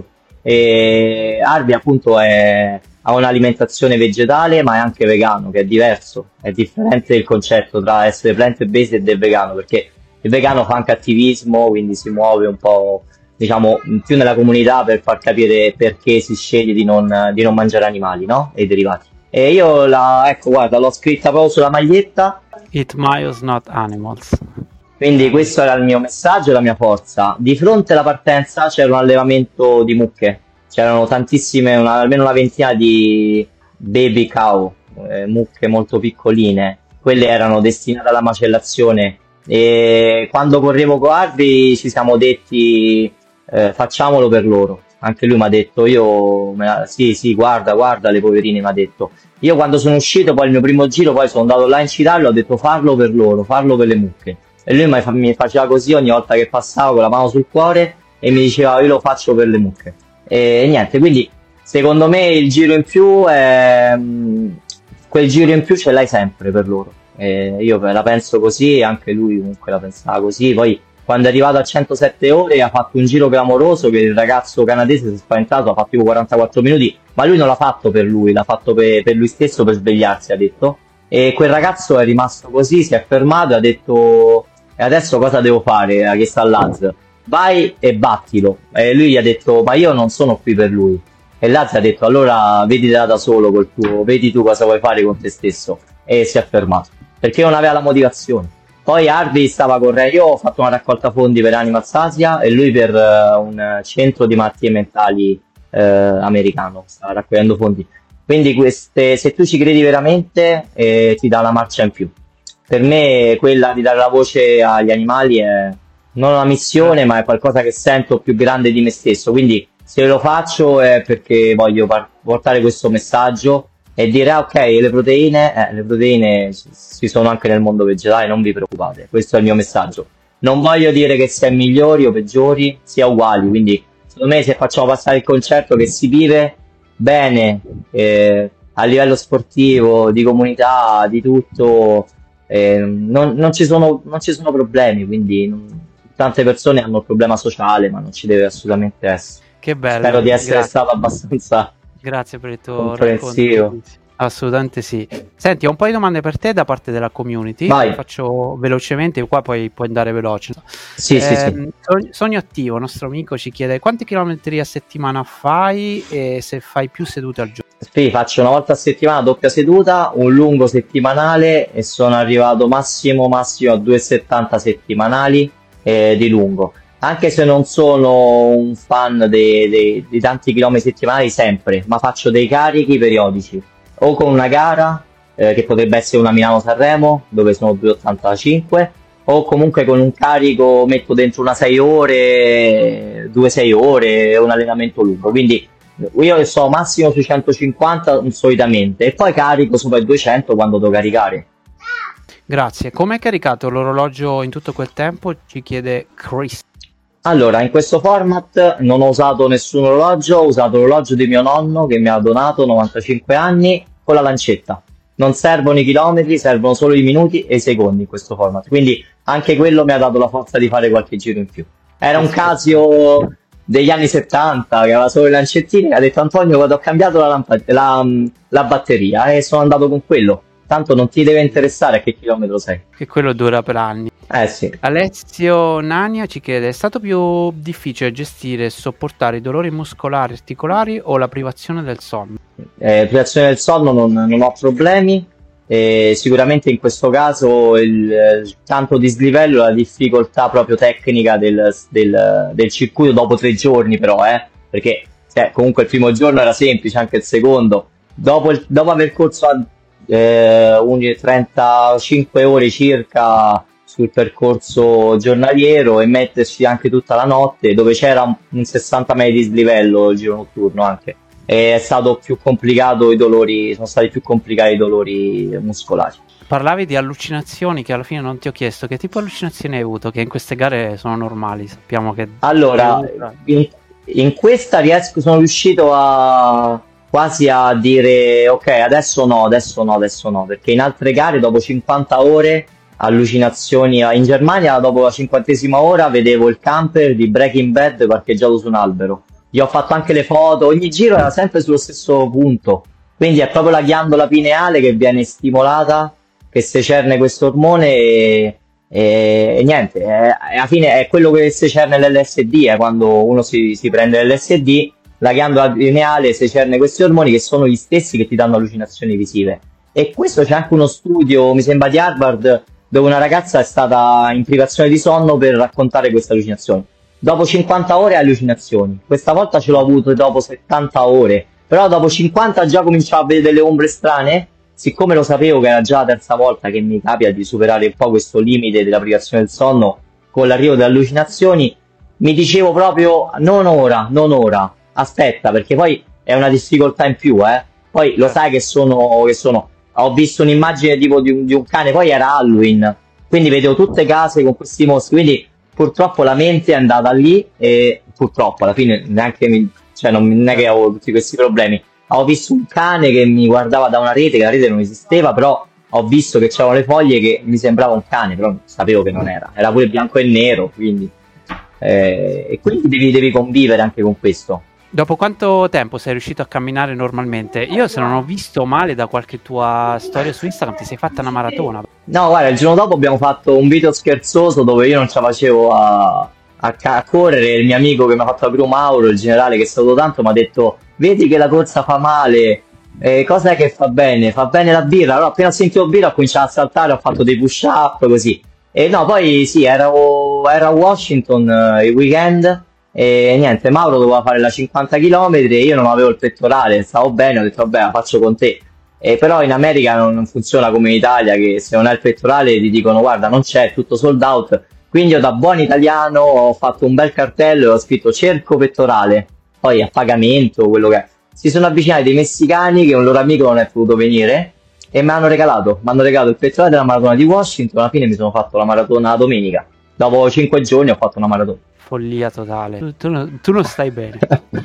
Speaker 2: E Harvey appunto è- ha un'alimentazione vegetale ma è anche vegano, che è diverso, è differente il concetto tra essere plant-based e del vegano, perché il vegano fa anche attivismo, quindi si muove un po' diciamo più nella comunità per far capire perché si sceglie di non, di non mangiare animali, no? E i derivati. E io la, ecco, guarda, l'ho scritta proprio sulla maglietta.
Speaker 1: Eat miles, not animals.
Speaker 2: Quindi questo era il mio messaggio e la mia forza. Di fronte alla partenza c'era un allevamento di mucche, c'erano tantissime, una, almeno una ventina di baby cow, eh, mucche molto piccoline, quelle erano destinate alla macellazione, e quando correvo con Harvey ci siamo detti eh, facciamolo per loro. Anche lui mi ha detto, io, me la- sì sì, guarda, guarda le poverine, mi ha detto. Io quando sono uscito, poi il mio primo giro, poi sono andato là in citarlo, ho detto farlo per loro, farlo per le mucche. E lui mi fa- mi faceva così ogni volta che passavo con la mano sul cuore e mi diceva io lo faccio per le mucche. E niente, quindi secondo me il giro in più è, mh, quel giro in più ce l'hai sempre per loro. E io la penso così, e anche lui comunque la pensava così. Poi quando è arrivato a centosette ore ha fatto un giro clamoroso che il ragazzo canadese si è spaventato, ha fatto tipo quarantaquattro minuti, ma lui non l'ha fatto per lui, l'ha fatto per, per lui stesso, per svegliarsi, ha detto. E quel ragazzo è rimasto così, si è fermato e ha detto e adesso cosa devo fare? Ha chiesto a Laz, vai e battilo. E lui gli ha detto ma io non sono qui per lui. E Laz ha detto allora veditela da solo col tuo, vedi tu cosa vuoi fare con te stesso. E si è fermato perché non aveva la motivazione. Poi Harvey stava correndo, io ho fatto una raccolta fondi per Animals Asia e lui per eh, un centro di malattie mentali eh, americano, stava raccogliendo fondi. Quindi queste, se tu ci credi veramente, eh, ti dà una marcia in più. Per me quella di dare la voce agli animali è non una missione, ma è qualcosa che sento più grande di me stesso. Quindi se lo faccio è perché voglio par- portare questo messaggio e dire ah, ok, le proteine, eh, le proteine ci ci sono anche nel mondo vegetale, non vi preoccupate. Questo è il mio messaggio. Non voglio dire che si è migliori o peggiori, si è uguali. Quindi secondo me se facciamo passare il concetto che si vive bene eh, a livello sportivo, di comunità, di tutto, eh, non, non ci sono, non ci sono problemi, quindi non- tante persone hanno il problema sociale, ma non ci deve assolutamente essere.
Speaker 1: Che
Speaker 2: Spero
Speaker 1: bello,
Speaker 2: di essere
Speaker 1: grazie.
Speaker 2: stato abbastanza
Speaker 1: Grazie per il tuo
Speaker 2: comprensivo.
Speaker 1: racconto. Assolutamente sì. Senti, ho un paio di domande per te da parte della community.
Speaker 2: Vai.
Speaker 1: Le faccio velocemente, qua poi puoi andare veloce.
Speaker 2: Sì, sì, sì.
Speaker 1: Ehm, Sogno Sogno Attivo, nostro amico, ci chiede quanti chilometri a settimana fai e se fai più sedute al giorno.
Speaker 2: Sì, faccio una volta a settimana doppia seduta, un lungo settimanale e sono arrivato massimo massimo a due virgola settanta settimanali eh, di lungo. Anche se non sono un fan dei- dei- di tanti chilometri settimanali sempre, ma faccio dei carichi periodici, o con una gara, eh, che potrebbe essere una Milano-Sanremo, dove sono due virgola ottantacinque, o comunque con un carico metto dentro una sei ore, due sei ore, un allenamento lungo. Quindi io sto massimo sui centocinquanta solitamente e poi carico sopra i duecento quando devo caricare.
Speaker 1: Grazie. Come hai caricato l'orologio in tutto quel tempo? Ci chiede Chris.
Speaker 2: Allora, in questo format non ho usato nessun orologio, ho usato l'orologio di mio nonno che mi ha donato novantacinque anni con la lancetta. Non servono i chilometri, servono solo i minuti e i secondi in questo format. Quindi anche quello mi ha dato la forza di fare qualche giro in più. Era un Casio degli anni settanta che aveva solo i lancettini e ha detto Antonio, guarda, ho cambiato la, lampa- la, la batteria e sono andato con quello. Tanto non ti deve interessare a che chilometro sei.
Speaker 1: Che quello dura per anni.
Speaker 2: Eh sì.
Speaker 1: Alessio Nania ci chiede: è stato più difficile gestire e sopportare i dolori muscolari e articolari o la privazione del sonno?
Speaker 2: Eh, privazione del sonno non, non ho problemi. Eh, sicuramente in questo caso il, il tanto dislivello, la difficoltà proprio tecnica del, del, del circuito dopo tre giorni, però, eh, perché cioè, comunque il primo giorno era semplice, anche il secondo. Dopo, il- dopo aver corso a eh, un- trentacinque ore circa sul percorso giornaliero e metterci anche tutta la notte, dove c'era un, un sessanta metri di dislivello il giro notturno anche. E è stato più complicato i dolori, sono stati più complicati i dolori muscolari.
Speaker 1: Parlavi di allucinazioni che alla fine non ti ho chiesto. Che tipo di allucinazioni hai avuto? Che in queste gare sono normali, sappiamo che...
Speaker 2: Allora, in, in questa riesco, sono riuscito a quasi a dire ok, adesso no, adesso no, adesso no, perché in altre gare dopo cinquanta ore allucinazioni, in Germania dopo la cinquantesima ora vedevo il camper di Breaking Bad parcheggiato su un albero. Gli ho fatto anche le foto, ogni giro era sempre sullo stesso punto, quindi è proprio la ghiandola pineale che viene stimolata, che secerne questo ormone e, e- e niente, è- alla fine è quello che secerne l'L S D, è quando uno si, si prende l'L S D la ghiandola pineale secerne questi ormoni che sono gli stessi che ti danno allucinazioni visive. E questo c'è anche uno studio, mi sembra di Harvard, dove una ragazza è stata in privazione di sonno per raccontare queste allucinazioni. Dopo cinquanta ore allucinazioni, questa volta ce l'ho avuto dopo settanta ore, però dopo cinquanta già cominciavo a vedere delle ombre strane, siccome lo sapevo che era già la terza volta che mi capita di superare un po' questo limite della privazione del sonno con l'arrivo delle allucinazioni, mi dicevo proprio non ora, non ora, aspetta, perché poi è una difficoltà in più, eh. Poi lo sai che sono, che sono, ho visto un'immagine tipo di un, di un cane, poi era Halloween, quindi vedevo tutte case con questi mostri, quindi purtroppo la mente è andata lì e purtroppo alla fine neanche mi, cioè non, non è che avevo tutti questi problemi. Ho visto un cane che mi guardava da una rete, che la rete non esisteva, però ho visto che c'erano le foglie che mi sembrava un cane, però sapevo che non era, era pure bianco e nero, quindi eh, e quindi devi, devi convivere anche con questo.
Speaker 1: Dopo quanto tempo sei riuscito a camminare normalmente? Io, se non ho visto male da qualche tua storia su Instagram, ti sei fatta una maratona.
Speaker 2: No, guarda, il giorno dopo abbiamo fatto un video scherzoso dove io non ce la facevo a, a, a correre, il mio amico che mi ha fatto la prima, Mauro, il generale che saluto tanto, mi ha detto vedi che la corsa fa male, eh, cosa è che fa bene? Fa bene la birra. Allora appena ho sentito birra ho cominciato a saltare, ho fatto dei push up così. E no, poi sì, ero, ero a Washington eh, il weekend. E niente, Mauro doveva fare la cinquanta chilometri e io non avevo il pettorale, stavo bene, ho detto vabbè la faccio con te. E però in America non, non funziona come in Italia, che se non hai il pettorale ti dicono guarda non c'è, è tutto sold out. Quindi io da buon italiano ho fatto un bel cartello e ho scritto cerco pettorale, poi a pagamento, quello che è. Si sono avvicinati dei messicani che un loro amico non è potuto venire e mi hanno regalato, mi hanno regalato il pettorale della maratona di Washington. Alla fine mi sono fatto la maratona la domenica, dopo cinque giorni ho fatto una maratona.
Speaker 1: Follia totale, tu, tu, tu non stai bene.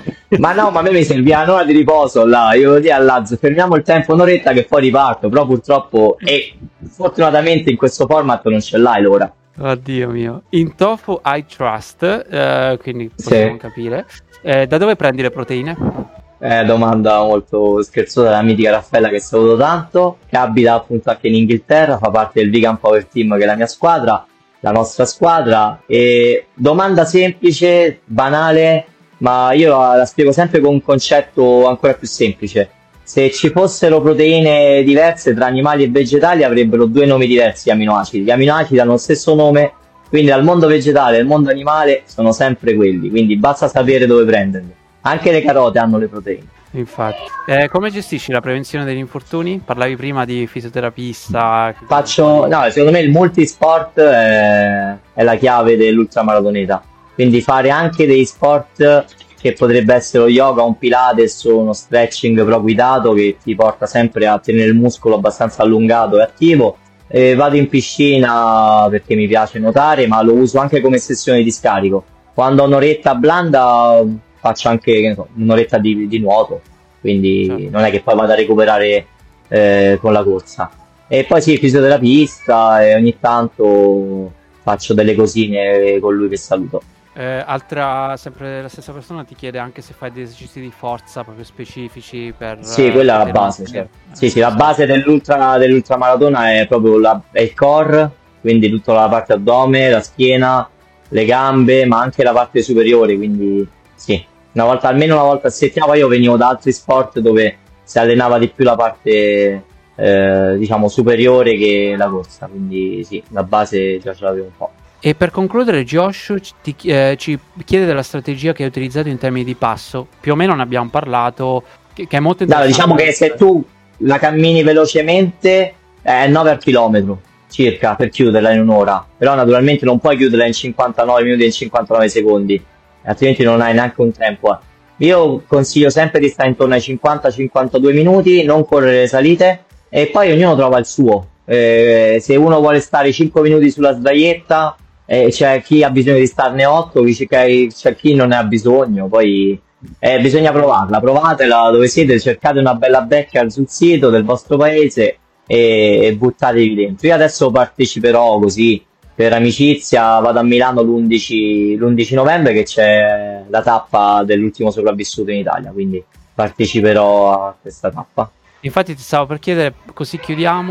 Speaker 2: Ma no, ma a me mi serviva un'ora di riposo là, io volevo dire a Lazio fermiamo il tempo un'oretta che poi riparto, però purtroppo e fortunatamente in questo format non ce l'hai l'ora.
Speaker 1: Oddio mio. In tofu I trust, eh, quindi possiamo
Speaker 2: Sì.
Speaker 1: capire. Eh, da dove prendi le proteine?
Speaker 2: Eh, domanda molto scherzosa della mitica Raffaella che saluto tanto, che abita appunto anche in Inghilterra, fa parte del Vegan Power Team che è la mia squadra, la nostra squadra. E domanda semplice, banale, ma io la spiego sempre con un concetto ancora più semplice. Se ci fossero proteine diverse tra animali e vegetali avrebbero due nomi diversi gli aminoacidi. Gli aminoacidi hanno lo stesso nome, quindi dal mondo vegetale e al mondo animale sono sempre quelli, quindi basta sapere dove prenderli. Anche le carote hanno le proteine.
Speaker 1: Infatti. Eh, come gestisci la prevenzione degli infortuni? Parlavi prima di fisioterapista.
Speaker 2: Faccio, no, secondo me il multisport è, è la chiave dell'ultramaratoneta. Quindi fare anche dei sport che potrebbe essere lo yoga, un pilates o uno stretching però guidato che ti porta sempre a tenere il muscolo abbastanza allungato e attivo. E vado in piscina perché mi piace nuotare, ma lo uso anche come sessione di scarico. Quando ho un'oretta blanda faccio anche che ne so, un'oretta di, di nuoto, quindi certo. Non è che poi vado a recuperare eh, con la corsa. E poi sì, fisioterapista e ogni tanto faccio delle cosine con lui che saluto.
Speaker 1: Eh, altra, sempre la stessa persona ti chiede anche se fai dei esercizi di forza proprio specifici per...
Speaker 2: Sì, quella è la base, certo. Sì, sì, la base dell'ultra, dell'ultramaratona è proprio la, è il core, quindi tutta la parte addome, la schiena, le gambe, ma anche la parte superiore, quindi sì, una volta, almeno una volta a settimana. Io venivo da altri sport dove si allenava di più la parte eh, diciamo superiore che la corsa, quindi sì, la base già ce l'avevo un po'.
Speaker 1: E per concludere, Josh ti, eh, ci chiede della strategia che hai utilizzato in termini di passo. Più o meno ne abbiamo parlato, che, che è molto interessante.
Speaker 2: No, diciamo che se tu la cammini velocemente è nove al chilometro circa per chiuderla in un'ora, però naturalmente non puoi chiuderla in cinquantanove minuti e in cinquantanove secondi, altrimenti non hai neanche un tempo. Io consiglio sempre di stare intorno ai cinquanta cinquantadue minuti, non correre le salite e poi ognuno trova il suo. Eh, se uno vuole stare cinque minuti sulla sdraietta, eh, c'è chi ha bisogno di starne otto, c'è chi non ne ha bisogno, poi eh, bisogna provarla, provatela dove siete, cercate una bella becca sul sito del vostro paese e, e buttatevi dentro. Io adesso parteciperò così per amicizia, vado a Milano l'undici novembre che c'è la tappa dell'ultimo sopravvissuto in Italia, quindi parteciperò a questa tappa.
Speaker 1: Infatti ti stavo per chiedere, così chiudiamo,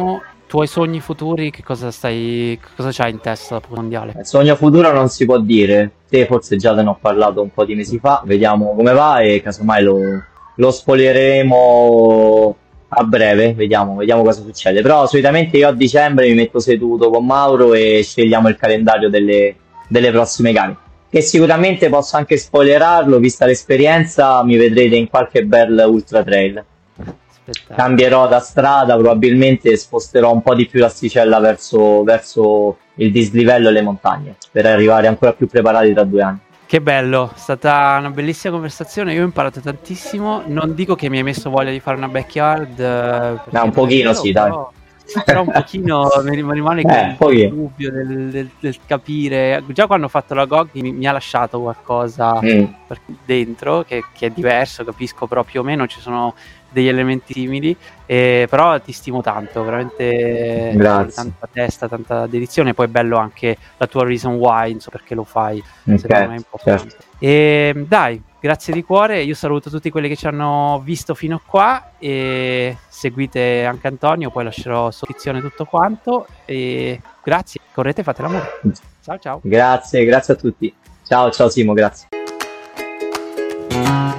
Speaker 1: tuoi sogni futuri, che cosa stai, che cosa c'hai in testa dopo il mondiale?
Speaker 2: Il sogno futuro non si può dire, te forse già te ne ho parlato un po' di mesi fa, vediamo come va e casomai lo, lo spoileremo a breve, vediamo, vediamo cosa succede. Però solitamente io a dicembre mi metto seduto con Mauro e scegliamo il calendario delle, delle prossime gare. Che sicuramente posso anche spoilerarlo, vista l'esperienza, mi vedrete in qualche bel ultra trail. Cambierò da strada, probabilmente sposterò un po' di più l'asticella verso, verso il dislivello e le montagne, per arrivare ancora più preparati tra due anni.
Speaker 1: Che bello, è stata una bellissima conversazione, io ho imparato tantissimo, non dico che mi hai messo voglia di fare una backyard,
Speaker 2: no, un pochino sì, dai.
Speaker 1: Però, però un pochino mi rimane
Speaker 2: eh,
Speaker 1: il dubbio del, del, del capire. Già quando ho fatto la G O G mi, mi ha lasciato qualcosa mm. dentro che, che è diverso, capisco, però più o meno ci sono degli elementi simili, eh, però ti stimo tanto, veramente.
Speaker 2: Grazie.
Speaker 1: Tanta testa, tanta dedizione, poi è bello anche la tua reason why, insomma, perché lo fai,
Speaker 2: okay,
Speaker 1: secondo me è importante. Certo. E dai, grazie di cuore, io saluto tutti quelli che ci hanno visto fino qua e seguite anche Antonio, poi lascerò sottozione tutto quanto e grazie, correte e fate l'amore. Ciao ciao.
Speaker 2: Grazie, grazie a tutti. Ciao ciao Simo, grazie.